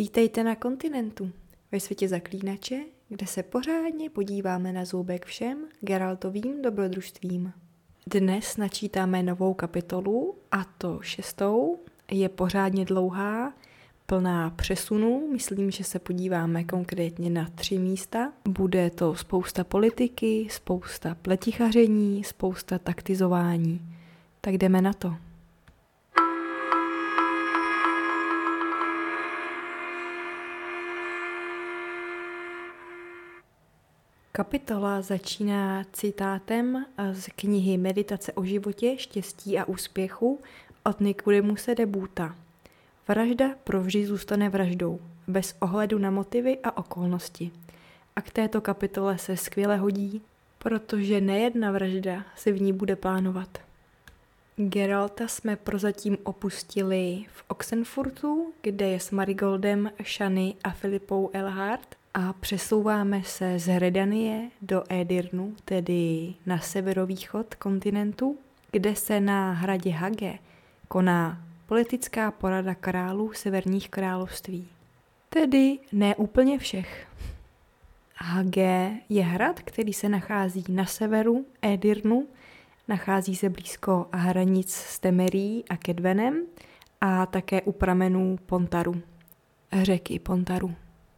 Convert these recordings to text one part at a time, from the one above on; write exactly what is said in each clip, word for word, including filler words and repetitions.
Vítejte na kontinentu, ve světě zaklínače, kde se pořádně podíváme na zoubek všem Geraltovým dobrodružstvím. Dnes načítáme novou kapitolu, a to šestou, je pořádně dlouhá, plná přesunů, myslím, že se podíváme konkrétně na tři místa. Bude to spousta politiky, spousta pletichaření, spousta taktizování. Tak jdeme na to. Kapitola začíná citátem z knihy Meditace o životě, štěstí a úspěchu od Nicodemuse de Boota. Vražda provždy zůstane vraždou, bez ohledu na motivy a okolnosti. A k této kapitole se skvěle hodí, protože nejedna vražda se v ní bude plánovat. Geralta jsme prozatím opustili v Oxenfurtu, kde je s Marigoldem, Shany a Filipou Elhart, a přesouváme se z Redanie do Edirnu, tedy na severovýchod kontinentu, kde se na hradě Hage koná politická porada králů severních království. Tedy ne úplně všech. Hage je hrad, který se nachází na severu Edirnu, nachází se blízko hranic s Temerií a Kedvenem a také u pramenů Pontaru, řeky Pontaru.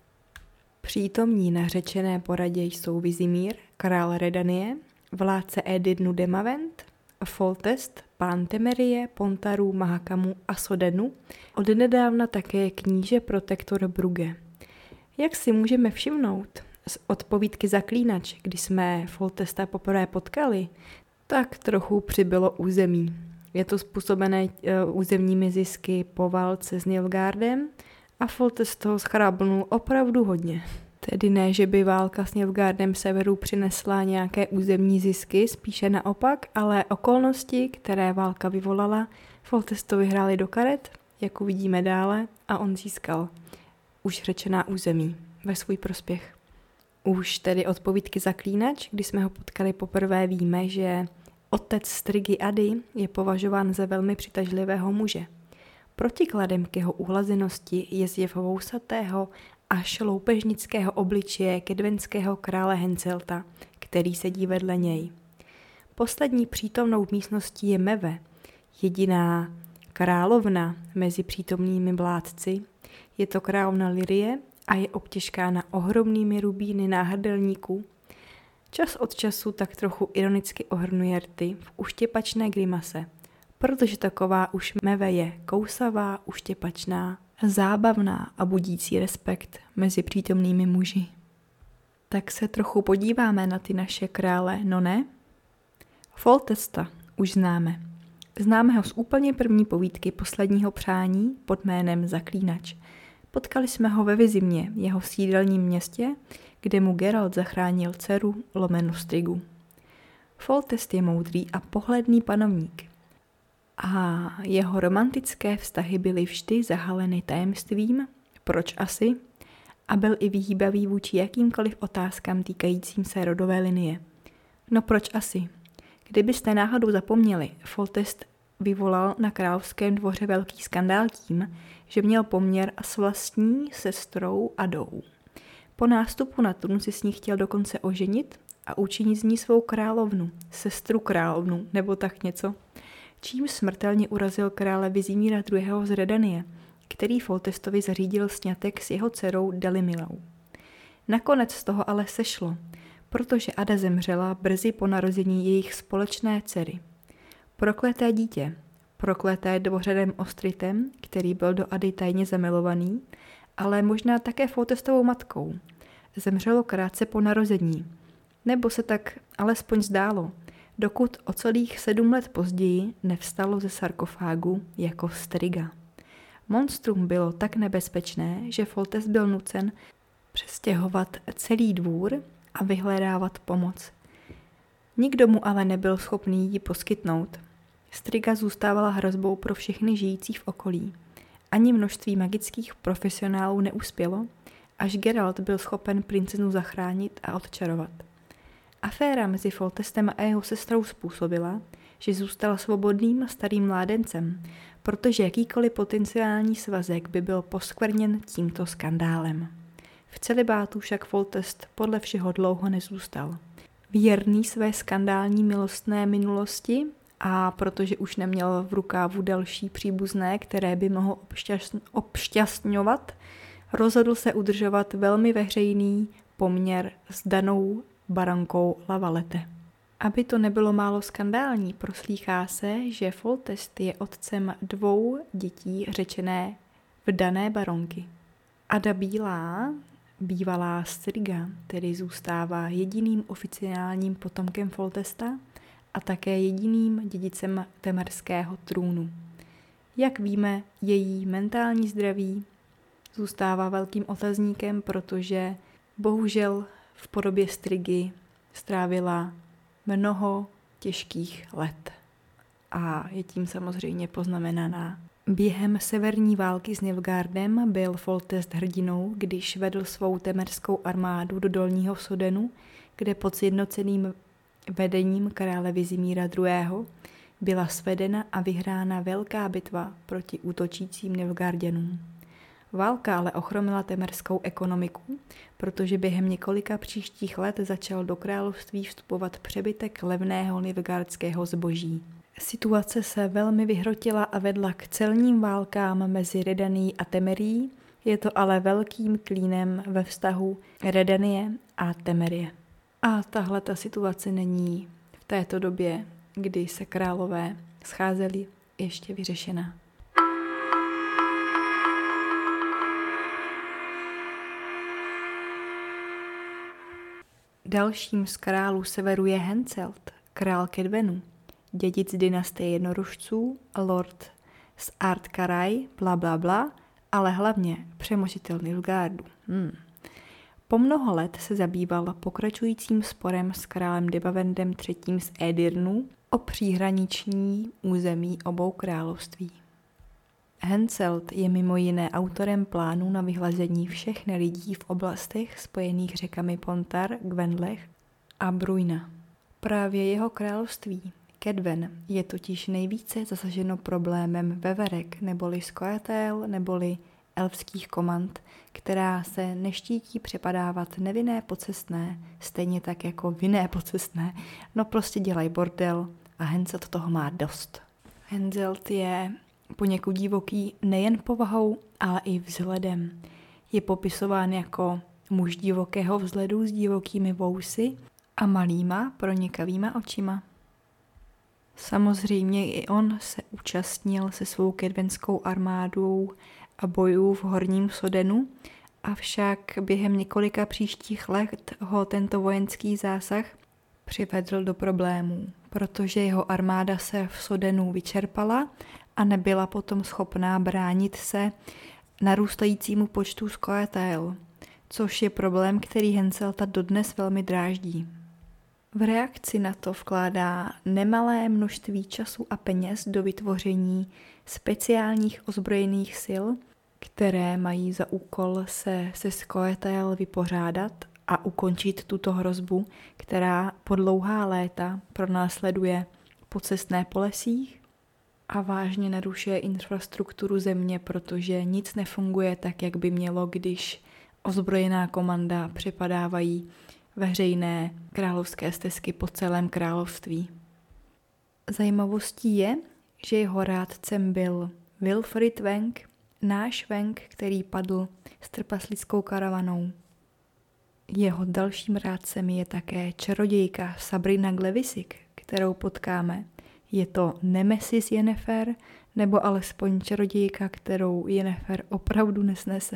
Přítomní na řečené poradě jsou Vizimír, král Redanie, vládce Edirnu Demavent, Foltest, pán Temerie, Pontaru, Mahakamu a Sodenu, odnedávna také kníže protektor Brugge. Jak si můžeme všimnout z odpovídky Zaklínač, kdy jsme Foltesta poprvé potkali, tak trochu přibylo území. Je to způsobené uh, územními zisky po válce s Nilfgaardem a Foltest toho schrábnul opravdu hodně. Tedy ne, že by válka s Nilfgaardem severu přinesla nějaké územní zisky, spíše naopak, ale okolnosti, které válka vyvolala, Foltestovi hrály do karet, jak uvidíme dále, a on získal už řečená území ve svůj prospěch. Už tedy odpovídky Zaklínač, kdy jsme ho potkali poprvé, víme, že otec Strigy Ady je považován za velmi přitažlivého muže. Protikladem k jeho uhlazenosti je zjev vousatého až loupežnického obličeje kedvenského krále Henselta, který sedí vedle něj. Poslední přítomnou v místnosti je Meve, jediná královna mezi přítomnými vládci. Je to královna Lirie a je obtěžkána ohromnými rubíny náhrdelníků. Čas od času tak trochu ironicky ohrnuje rty v uštěpačné grimase, protože taková už Meve je kousavá, uštěpačná, zábavná a budící respekt mezi přítomnými muži. Tak se trochu podíváme na ty naše krále, no ne? Foltesta už známe. Známe ho z úplně první povídky Posledního přání pod jménem Zaklínač. Potkali jsme ho ve Vizimě, jeho sídelním městě, kde mu Geralt zachránil dceru lomeno Strigu. Foltest je moudrý a pohledný panovník. A jeho romantické vztahy byly vždy zahaleny tajemstvím, proč asi, a byl i vyhýbavý vůči jakýmkoliv otázkám týkajícím se rodové linie. No proč asi? Kdybyste náhodou zapomněli, Foltest vyvolal na královském dvoře velký skandál tím, že měl poměr s vlastní sestrou Adou. Po nástupu na trůn si s ní chtěl dokonce oženit a učinit z ní svou královnu, sestru královnu, nebo tak něco, čím smrtelně urazil krále Vizimíra druhého. z Redanie, který Foltestovi zařídil sňatek s jeho dcerou Delimilou. Nakonec z toho ale sešlo, protože Ada zemřela brzy po narození jejich společné dcery. Prokleté dítě, prokleté dvořadem Ostritem, který byl do Ady tajně zamilovaný, ale možná také Foltestovou matkou, zemřelo krátce po narození, nebo se tak alespoň zdálo, dokud o celých sedm let později nevstalo ze sarkofágu jako Striga. Monstrum bylo tak nebezpečné, že Foltest byl nucen přestěhovat celý dvůr a vyhledávat pomoc. Nikdo mu ale nebyl schopný ji poskytnout. Striga zůstávala hrozbou pro všechny žijící v okolí. Ani množství magických profesionálů neuspělo, až Geralt byl schopen princeznu zachránit a odčarovat. Aféra mezi Foltestem a jeho sestrou způsobila, že zůstal svobodným starým mládencem, protože jakýkoliv potenciální svazek by byl poskvrněn tímto skandálem. V celibátu však Foltest podle všeho dlouho nezůstal. Věrný své skandální milostné minulosti a protože už neměl v rukávu další příbuzné, které by mohl obšťastňovat, rozhodl se udržovat velmi veřejný poměr s danou baronkou Lavalette. Aby to nebylo málo skandální, proslýchá se, že Foltest je otcem dvou dětí řečené v dané baronky. Ada Bílá, bývalá Striga, tedy zůstává jediným oficiálním potomkem Foltesta a také jediným dědicem temerského trůnu. Jak víme, její mentální zdraví zůstává velkým otazníkem, protože bohužel v podobě Strigy strávila mnoho těžkých let a je tím samozřejmě poznamenaná. Během severní války s Nilfgaardem byl Foltest hrdinou, když vedl svou temerskou armádu do Dolního Sodenu, kde pod sjednoceným vedením krále Vizimíra druhého. byla svedena a vyhrána velká bitva proti útočícím Nilfgaarďanům. Válka ale ochromila temerskou ekonomiku, protože během několika příštích let začal do království vstupovat přebytek levného nilfgaardského zboží. Situace se velmi vyhrotila a vedla k celním válkám mezi Redanií a Temerií, je to ale velkým klínem ve vztahu Redanie a Temerie. A tahle ta situace není v této době, kdy se králové scházeli, ještě vyřešena. Dalším z králů severu je Henselt, král Kedvenu, dědic dynastie jednorožců, lord z Ardkaraj, bla bla bla, ale hlavně přemožitel Nilfgaardu. Hmm. Po mnoho let se zabýval pokračujícím sporem s králem Debavendem třetím z Edirnu o příhraniční území obou království. Henselt je mimo jiné autorem plánů na vyhlazení všech nelidí v oblastech spojených řekami Pontar, Gvenlech a Brujna. Právě jeho království Kedven je totiž nejvíce zasaženo problémem veverek neboli Scoia'tael neboli elfských komand, která se neštítí přepadávat nevinné pocestné, stejně tak jako vinné pocestné, no prostě dělají bordel a Henselt toho má dost. Henselt je poněkud divoký nejen povahou, ale i vzhledem. Je popisován jako muž divokého vzhledu s divokými vousy a malýma pronikavýma očima. Samozřejmě i on se účastnil se svou kedvenskou armádou a bojů v Horním Sodenu, avšak během několika příštích let ho tento vojenský zásah přivedl do problémů, protože jeho armáda se v Sodenu vyčerpala a nebyla potom schopná bránit se narůstajícímu počtu Scoia'tael, což je problém, který Henselta dodnes velmi dráždí. V reakci na to vkládá nemalé množství času a peněz do vytvoření speciálních ozbrojených sil, které mají za úkol se se Scoia'tael vypořádat a ukončit tuto hrozbu, která po dlouhá léta pronásleduje pocestné po lesích a vážně narušuje infrastrukturu země, protože nic nefunguje tak, jak by mělo, když ozbrojená komanda přepadávají veřejné královské stezky po celém království. Zajímavostí je, že jeho rádcem byl Wilfrid Weng, náš Weng, který padl s trpaslickou karavanou. Jeho dalším rádcem je také čarodějka Sabrina Glevisik, kterou potkáme. Je to nemesis Yennefer, nebo alespoň čarodějka, kterou Yennefer opravdu nesnese.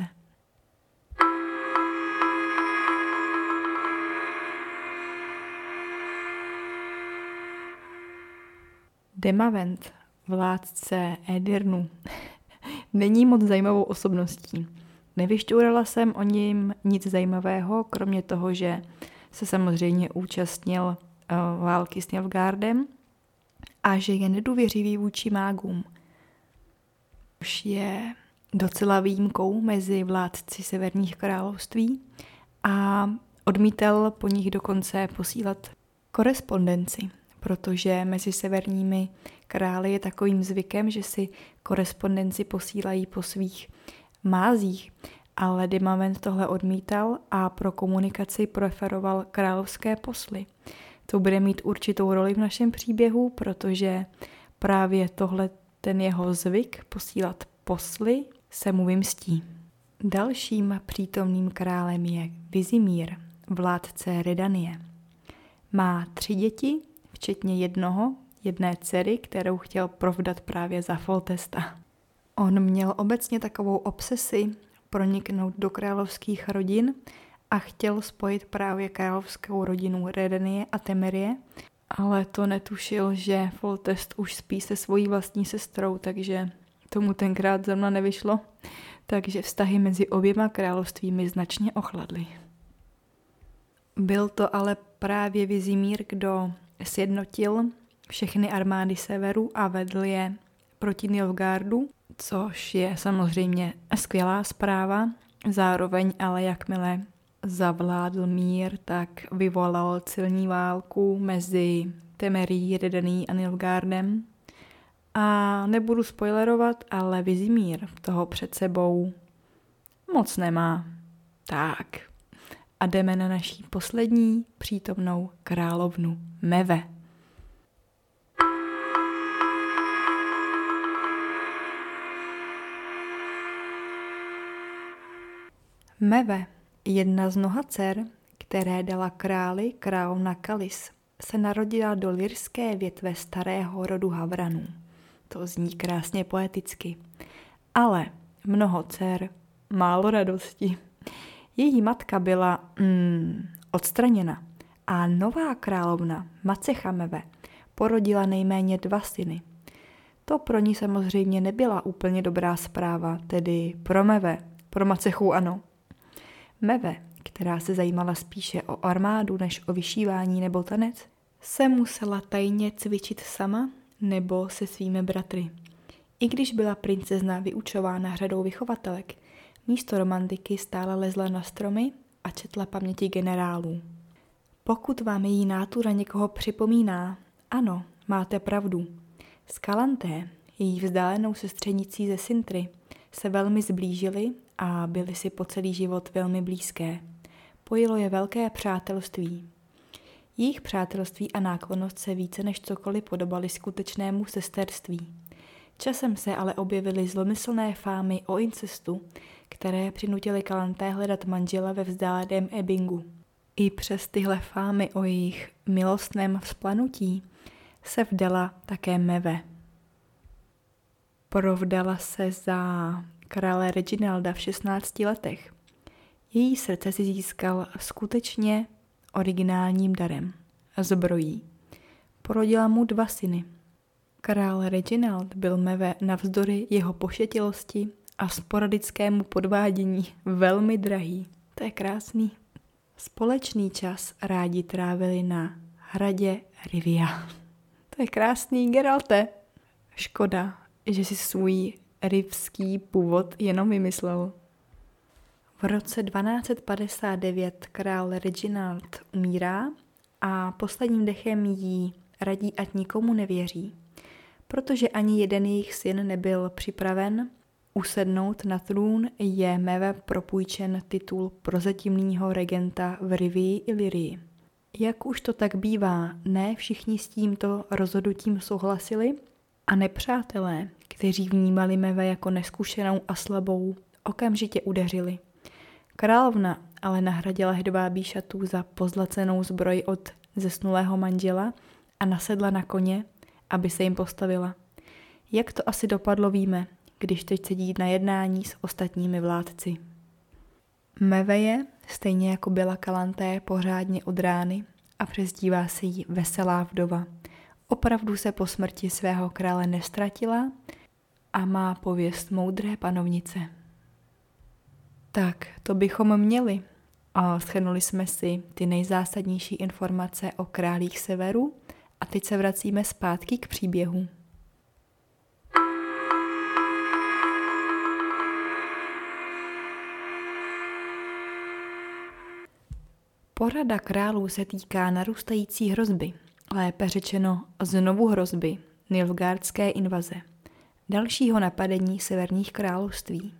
Demavend, vládce Edirnu, není moc zajímavou osobností. Nevyšťourala jsem o něm nic zajímavého, kromě toho, že se samozřejmě účastnil uh, války s Nilfgaardem a že je nedůvěřivý vůči mágům. Už je docela výjimkou mezi vládci severních království a odmítal po nich dokonce posílat korespondenci, protože mezi severními králi je takovým zvykem, že si korespondenci posílají po svých mázích, ale Dimament tohle odmítal a pro komunikaci preferoval královské posly. To bude mít určitou roli v našem příběhu, protože právě tohle ten jeho zvyk posílat posly se mu vymstí. Dalším přítomným králem je Vizimír, vládce Redanie. Má tři děti, včetně jednoho, jedné dcery, kterou chtěl provdat právě za Foltesta. On měl obecně takovou obsesi proniknout do královských rodin a chtěl spojit právě královskou rodinu Redanie a Temerie, ale to netušil, že Foltest už spí se svojí vlastní sestrou, takže tomu tenkrát zrovna nevyšlo, takže vztahy mezi oběma královstvími značně ochladly. Byl to ale právě Vizimír, kdo sjednotil všechny armády severu a vedl je proti Nilfgaardu, což je samozřejmě skvělá zpráva. Zároveň ale jakmile zavládl mír, tak vyvolal celní válku mezi Temerií, Redanií a Nilfgaardem. A nebudu spoilerovat, ale Vizimír toho před sebou moc nemá. Tak. A jdeme na naší poslední přítomnou královnu Meve. Meve, jedna z mnoha dcer, které dala králi královna Kalis, se narodila do lyrské větve starého rodu Havranů. To zní krásně poeticky. Ale mnoho dcer, málo radosti. Její matka byla mm, odstraněna a nová královna Macecha Meve porodila nejméně dva syny. To pro ní samozřejmě nebyla úplně dobrá zpráva, tedy pro Meve, pro Macechu ano. Meve, která se zajímala spíše o armádu než o vyšívání nebo tanec, se musela tajně cvičit sama nebo se svými bratry. I když byla princezna vyučována řadou vychovatelek, místo romantiky stále lezla na stromy a četla paměti generálů. Pokud vám její nátura někoho připomíná, ano, máte pravdu. S Kalanté, její vzdálenou sestřenicí ze Sintry, se velmi zblížili a byli si po celý život velmi blízké. Pojilo je velké přátelství. Jejich přátelství a náklonnost se více než cokoliv podobaly skutečnému sesterství. Časem se ale objevily zlomyslné fámy o incestu, které přinutily Kalanté hledat manžela ve vzdáleném Ebbingu. I přes tyhle fámy o jejich milostném vzplanutí se vdala také Meve. Provdala se za krále Reginalda v šestnácti letech. Její srdce si získal skutečně originálním darem, zbrojí. Porodila mu dva syny. Král Reginald byl Meve navzdory jeho pošetilosti a sporadickému podvádění velmi drahý. To je krásný. Společný čas rádi trávili na hradě Rivia. To je krásný, Geralte. Škoda, že si svůj rivský původ jenom vymyslel. V roce dvanáct padesát devět král Reginald umírá a posledním dechem jí radí, ať nikomu nevěří, protože ani jeden jejich syn nebyl připraven usednout na trůn, je Meve propůjčen titul prozatímního regenta v Rivii i Lyrii. Jak už to tak bývá, ne všichni s tímto rozhodnutím souhlasili a nepřátelé, kteří vnímali Meve jako neskušenou a slabou, okamžitě udeřili. Královna ale nahradila hedvábí šatů za pozlacenou zbroj od zesnulého manžela a nasedla na koně, aby se jim postavila. Jak to asi dopadlo, víme, když teď sedí na jednání s ostatními vládci. Meve je, stejně jako byla Kalanté, pořádně od rány a přezdívá se jí veselá vdova. Opravdu se po smrti svého krále nestratila a má pověst moudré panovnice. Tak, to bychom měli. A shrnuli jsme si ty nejzásadnější informace o králích severu a teď se vracíme zpátky k příběhu. Porada králů se týká narůstající hrozby, lépe řečeno znovu hrozby nilfgaardské invaze, dalšího napadení severních království.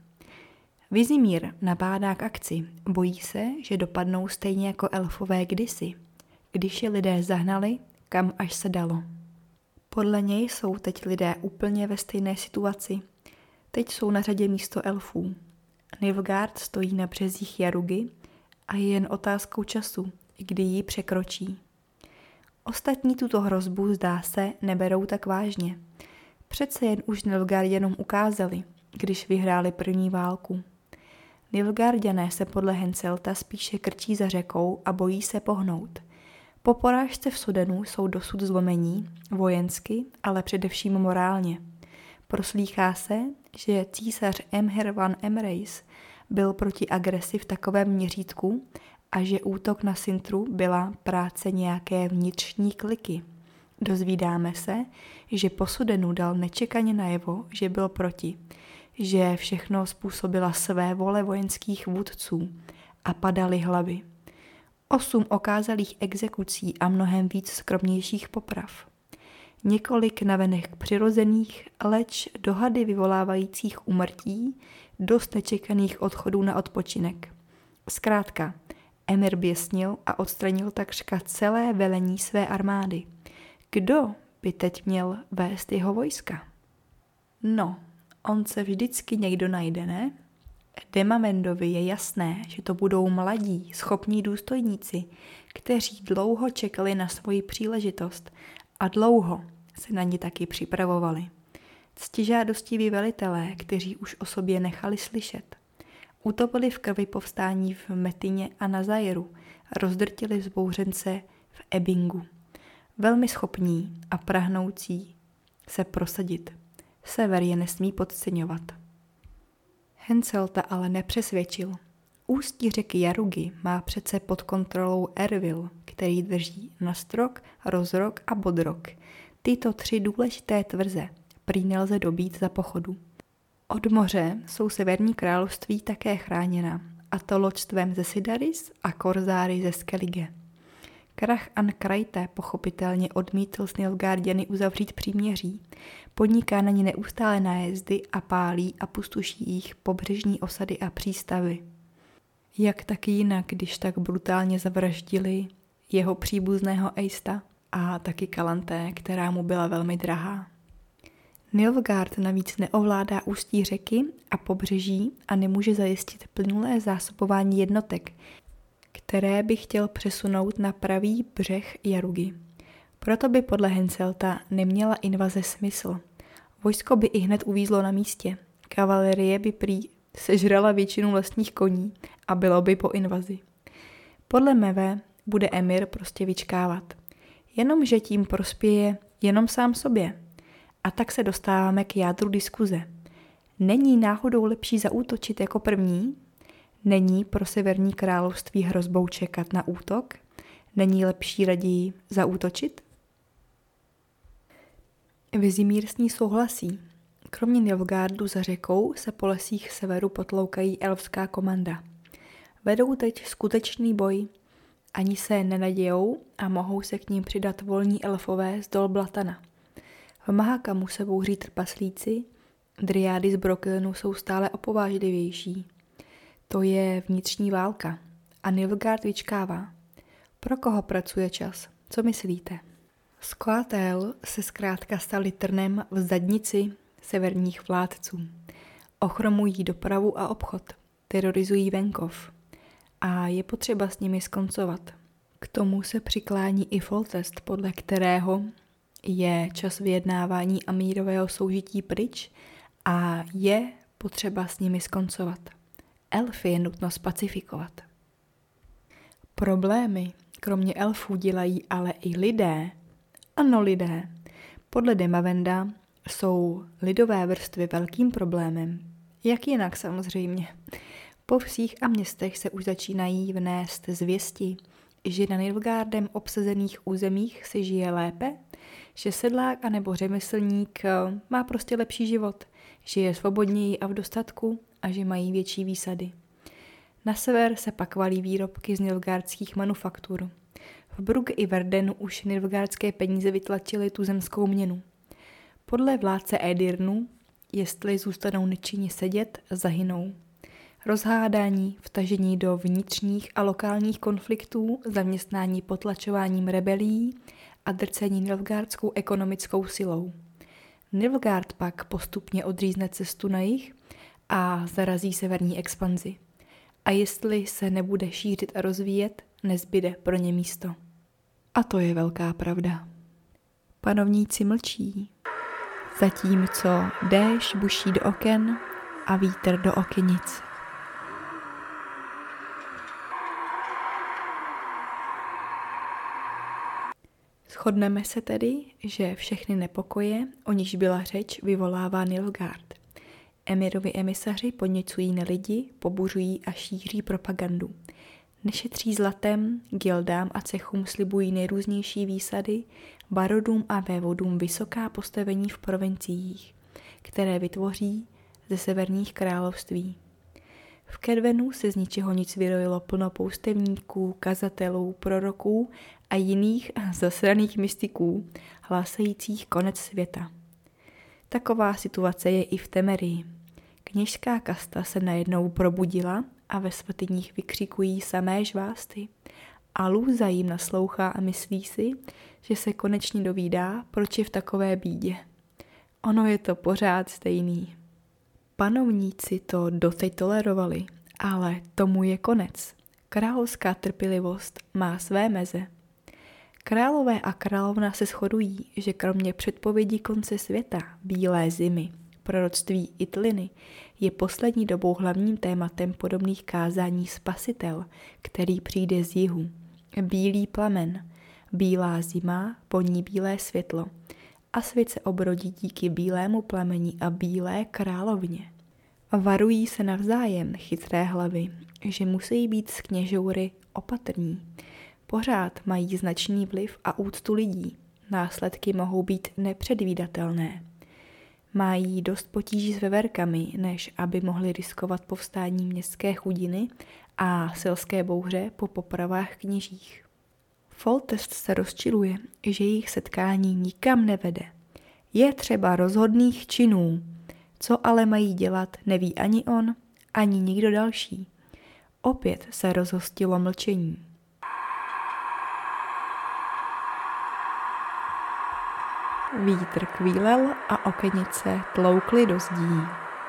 Vizimír nabádá k akci, bojí se, že dopadnou stejně jako elfové kdysi, když je lidé zahnali, kam až se dalo. Podle něj jsou teď lidé úplně ve stejné situaci. Teď jsou na řadě místo elfů. Nilfgaard stojí na březích Jarugy a je jen otázkou času, kdy ji překročí. Ostatní tuto hrozbu, zdá se, neberou tak vážně. Přece jen už Nilfgaardianům ukázali, když vyhráli první válku. Nilfgaardiané se podle Henselta spíše krčí za řekou a bojí se pohnout. Po porážce v Sudenu jsou dosud zlomení, vojensky, ale především morálně. Proslýchá se, že císař Emhyr van Emrys byl proti agresi v takovém měřítku a že útok na Sintru byla práce nějaké vnitřní kliky. Dozvídáme se, že po Sudenu dal nečekaně najevo, že byl proti, že všechno způsobila své vole vojenských vůdců a padaly hlavy. Osm okázalých exekucí a mnohem víc skromnějších poprav. Několik navenek přirozených, leč dohady vyvolávajících úmrtí, dost nečekaných odchodů na odpočinek. Zkrátka, Emir běsnil a odstranil takřka celé velení své armády. Kdo by teď měl vést jeho vojska? No, on se vždycky někdo najde, ne? Demamendovi je jasné, že to budou mladí, schopní důstojníci, kteří dlouho čekali na svoji příležitost a dlouho se na ní taky připravovali. Ctižádostiví velitelé, kteří už o sobě nechali slyšet. Utopili v krvi povstání v Metině a na Zajeru, rozdrtili vzbouřence v Ebingu. Velmi schopní a prahnoucí se prosadit. Sever je nesmí podceňovat. Henselta ale nepřesvědčil. Ústí řeky Jarugy má přece pod kontrolou Ervil, který drží Nastrok, Rozrok a Bodrok. Tyto tři důležité tvrze prý nelze dobít za pochodu. Od moře jsou severní království také chráněna, a to loďstvem ze Sidaris a korzáry ze Skellige. Krach an Krajte pochopitelně odmítl s Nilfgaardiany uzavřít příměří, podniká na ně neustále nájezdy a pálí a pustoší jich pobřežní osady a přístavy. Jak taky jinak, když tak brutálně zavraždili jeho příbuzného Eista a taky Kalanté, která mu byla velmi drahá. Nilfgaard navíc neovládá ústí řeky a pobřeží a nemůže zajistit plynulé zásobování jednotek, které by chtěl přesunout na pravý břeh Jarugy. Proto by podle Henselta neměla invaze smysl. Vojsko by i hned uvízlo na místě. Kavalerie by prý sežrala většinu vlastních koní a bylo by po invazi. Podle Meve bude Emir prostě vyčkávat. Jenomže tím prospěje jenom sám sobě. A tak se dostáváme k jádru diskuze. Není náhodou lepší zaútočit jako první? Není pro severní království hrozbou čekat na útok? Není lepší raději zaútočit? Vizimír s ní souhlasí. Kromě Nilfgaardu za řekou se po lesích severu potloukají elfská komanda. Vedou teď skutečný boj. Ani se nenadějou a mohou se k ním přidat volní elfové z Dol Blatana. V Mahakamu se bouří trpaslíci, dryády z Brokilnu jsou stále opovážlivější. To je vnitřní válka a Nilfgaard vyčkává. Pro koho pracuje čas? Co myslíte? Scoia'tael se zkrátka stali trnem v zadnici severních vládců. Ochromují dopravu a obchod, terorizují venkov a je potřeba s nimi skoncovat. K tomu se přiklání i Foltest, podle kterého je čas vyjednávání a mírového soužití pryč a je potřeba s nimi skoncovat. Elfy je nutno spacifikovat. Problémy kromě elfů dělají ale i lidé. Ano, lidé. Podle Demavenda jsou lidové vrstvy velkým problémem. Jak jinak samozřejmě. Po vsích a městech se už začínají vnést zvěsti, že na Nilfgaardem obsazených územích se žije lépe, že sedlák anebo řemeslník má prostě lepší život, že je svobodněji a v dostatku a že mají větší výsady. Na sever se pak valí výrobky z nilfgaardských manufaktur. V Brugge i Verdenu už nilfgaardské peníze vytlačily tuzemskou měnu. Podle vládce Edirnu, jestli zůstanou nečinně sedět, zahynou. Rozhádání, vtažení do vnitřních a lokálních konfliktů, zaměstnání potlačováním rebelí a drcení nilfgaardskou ekonomickou silou. Nilfgaard pak postupně odřízne cestu na jih a zarazí severní expanzi. A jestli se nebude šířit a rozvíjet, nezbyde pro ně místo. A to je velká pravda. Panovníci mlčí, zatímco déšť buší do oken a vítr do okenic. Shodneme se tedy, že všechny nepokoje, o nichž byla řeč, vyvolává Nilfgaard. Emirovi emisaři podněcují na lidi, pobuřují a šíří propagandu. Nešetří zlatem, gildám a cechům slibují nejrůznější výsady, barodům a vévodům vysoká postavení v provinciích, které vytvoří ze severních království. V Kedvenu se z ničeho nic vyrojilo plno poustevníků, kazatelů, proroků a jiných zasraných mystiků, hlásajících konec světa. Taková situace je i v Temerii. Kněžská kasta se najednou probudila a ve svatyních vykřikují samé žvásty. A Lůza jim naslouchá a myslí si, že se konečně dovídá, proč je v takové bídě. Ono je to pořád stejný. Panovníci to doteď tolerovali, ale tomu je konec. Královská trpělivost má své meze. Králové a královna se shodují, že kromě předpovědí konce světa, bílé zimy, proroctví Itliny, je poslední dobou hlavním tématem podobných kázání Spasitel, který přijde z jihu. Bílý plamen, bílá zima, po ní bílé světlo. A svět se obrodí díky bílému plameni a bílé královně. Varují se navzájem chytré hlavy, že musí být s kněžoury opatrní. Pořád mají značný vliv a úctu lidí. Následky mohou být nepředvídatelné. Mají dost potíží s veverkami, než aby mohli riskovat povstání městské chudiny a selské bouře po popravách kněžích. Foltest se rozčiluje, že jejich setkání nikam nevede. Je třeba rozhodných činů. Co ale mají dělat, neví ani on, ani nikdo další. Opět se rozhostilo mlčení. Vítr kvílel a okenice tloukly do zdí.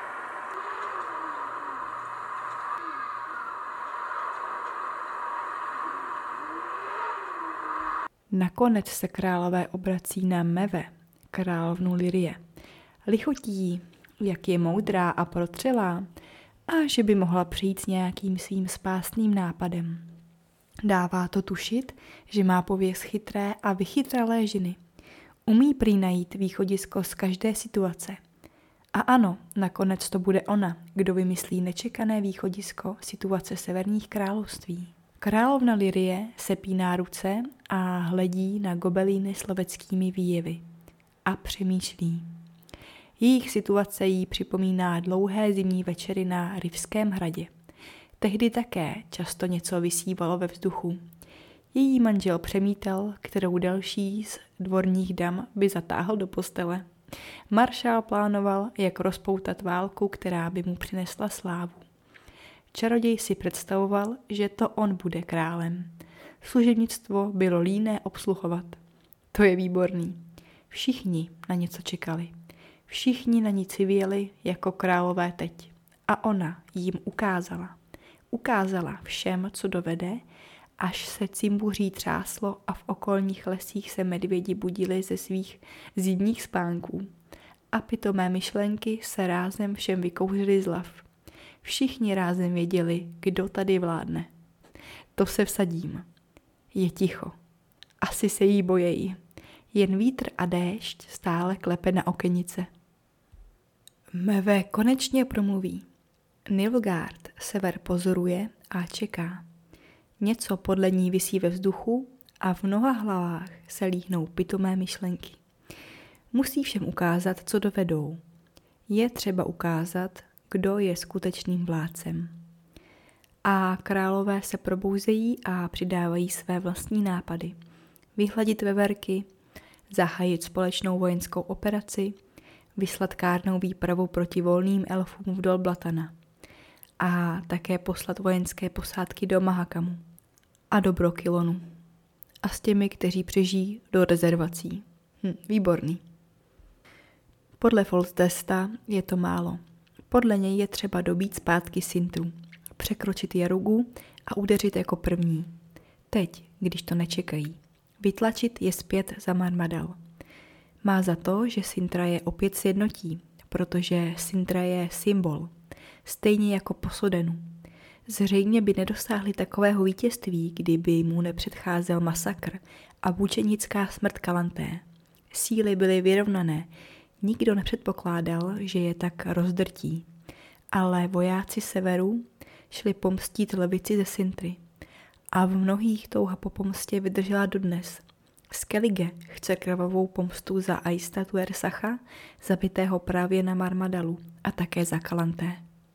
Nakonec se králové obrací na Meve, královnu Lirie. Lichotí jí, jak je moudrá a protřelá a že by mohla přijít s nějakým svým spásným nápadem. Dává to tušit, že má pověst chytré a vychytralé ženy. Umí prý najít východisko z každé situace. A ano, nakonec to bude ona, kdo vymyslí nečekané východisko situace severních království. Královna Lirie se píná ruce a hledí na gobelíny s loveckými výjevy. A přemýšlí. Jejich situace jí připomíná dlouhé zimní večery na Rivském hradě. Tehdy také často něco vysívalo ve vzduchu. Její manžel přemítal, kterou další z dvorních dam by zatáhl do postele. Maršál plánoval, jak rozpoutat válku, která by mu přinesla slávu. Čaroděj si představoval, že to on bude králem. Služebnictvo bylo líné obsluhovat. To je výborný. Všichni na něco čekali. Všichni na ní civěli jako králové teď. A ona jim ukázala. Ukázala všem, co dovede, až se cimbuří třáslo a v okolních lesích se medvědi budili ze svých zimních spánků. A pitomé myšlenky se rázem všem vykouřily z hlav. Všichni rázem věděli, kdo tady vládne. To se vsadím. Je ticho. Asi se jí bojejí. Jen vítr a déšť stále klepe na okenice. Meve konečně promluví. Nilfgaard sever pozoruje a čeká. Něco podle ní visí ve vzduchu a v mnoha hlavách se líhnou pitomé myšlenky. Musí všem ukázat, co dovedou. Je třeba ukázat, kdo je skutečným vládcem. A králové se probouzejí a přidávají své vlastní nápady. Vyhladit veverky, zahájit společnou vojenskou operaci, vyslat kárnou výpravu proti volným elfům v Dol Blatana a také poslat vojenské posádky do Mahakamu a do Brokilonu a s těmi, kteří přežijí, do rezervací. Hm, výborný. Podle Foltesta je to málo. Podle něj je třeba dobít zpátky Sintru, překročit Jarugu a udeřit jako první. Teď, když to nečekají. Vytlačit je zpět za Marmadal. Má za to, že Sintra je opět sjednotí, protože Sintra je symbol, stejně jako Posodenu. Zřejmě by nedosáhli takového vítězství, kdyby mu nepředcházel masakr a mučenická smrt Kalanté. Síly byly vyrovnané, nikdo nepředpokládal, že je tak rozdrtí. Ale vojáci severu šli pomstít levici ze Sintry a v mnohých touha po pomstě vydržela dodnes. Skellige chce krvavou pomstu za Aista Tuersacha, zabitého právě na Marmadalu, a také za Kalanté.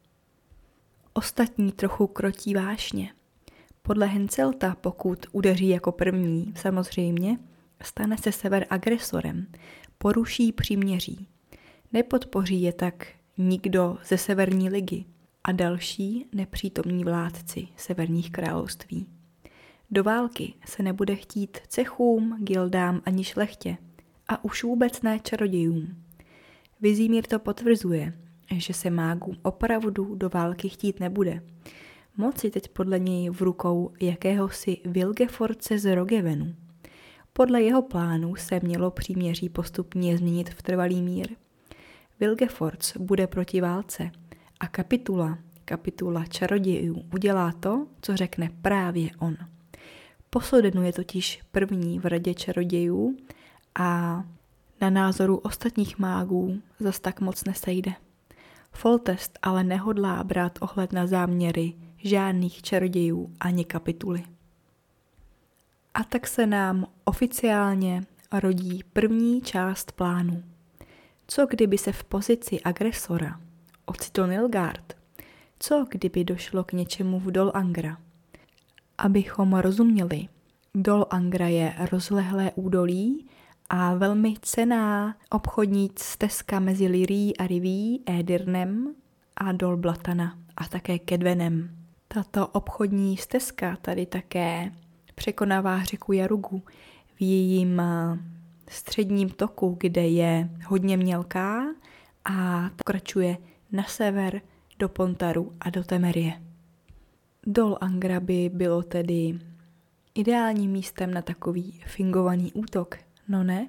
Ostatní trochu krotí vášně. Podle Henselta, pokud udeří jako první, samozřejmě, stane se sever agresorem, poruší příměří. Nepodpoří je tak nikdo ze Severní ligy a další nepřítomní vládci severních království. Do války se nebude chtít cechům, gildám ani šlechtě a už vůbec ne čarodějům. Vizimír to potvrzuje, že se mágům opravdu do války chtít nebude. Moc je teď podle něj v rukou jakéhosi Vilgefortze z Rogevenu. Podle jeho plánu se mělo příměří postupně změnit v trvalý mír. Vilgefortz bude proti válce a kapitula, kapitula čarodějů udělá to, co řekne právě on. Posodenu je totiž první v radě čarodějů a na názoru ostatních mágů zas tak moc nesejde. Foltest ale nehodlá brát ohled na záměry žádných čarodějů ani kapituly. A tak se nám oficiálně rodí první část plánu. Co kdyby se v pozici agresora ocitl Nilgard? Co kdyby došlo k něčemu v Dol Angra? Abychom rozuměli, Dol Angra je rozlehlé údolí a velmi cenná obchodní stezka mezi Lyrií a Riví, Edirnem a Dol Blatana a také Kedvenem. Tato obchodní stezka tady také překonává řeku Jarugu v jejím středním toku, kde je hodně mělká a pokračuje na sever do Pontaru a do Temerie. Dol Angra by bylo tedy ideálním místem na takový fingovaný útok, no ne?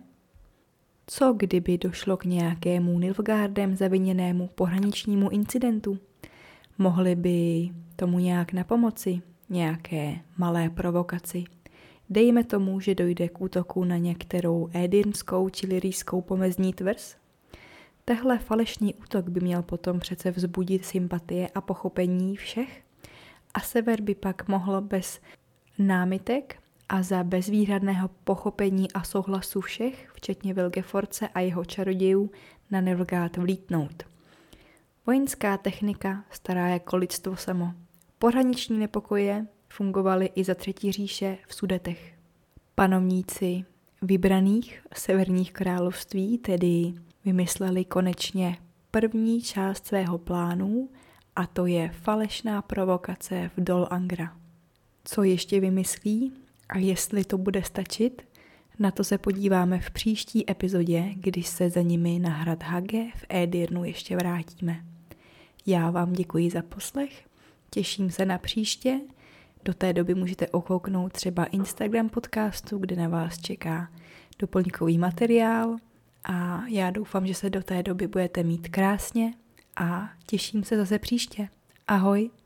Co kdyby došlo k nějakému Nilfgaardem zaviněnému pohraničnímu incidentu? Mohli by tomu nějak napomoci, nějaké malé provokaci. Dejme tomu, že dojde k útoku na některou edirnskou či lyrijskou pomezní tvrz. Tehle falešný útok by měl potom přece vzbudit sympatie a pochopení všech a sever by pak mohl bez námitek a za bezvýhradného pochopení a souhlasu všech, včetně Vilgefortze a jeho čarodějů, na Nilfgaard vlítnout. Vojenská technika stará jako lidstvo samo. Pohraniční nepokoje fungovaly i za Třetí říše v Sudetech. Panovníci vybraných severních království tedy vymysleli konečně první část svého plánu a to je falešná provokace v Dol Angra. Co ještě vymyslí a jestli to bude stačit, na to se podíváme v příští epizodě, když se za nimi na hrad Hage v Edirnu ještě vrátíme. Já vám děkuji za poslech, těším se na příště. Do té doby můžete okouknout třeba Instagram podcastu, kde na vás čeká doplňkový materiál a já doufám, že se do té doby budete mít krásně a těším se zase příště. Ahoj!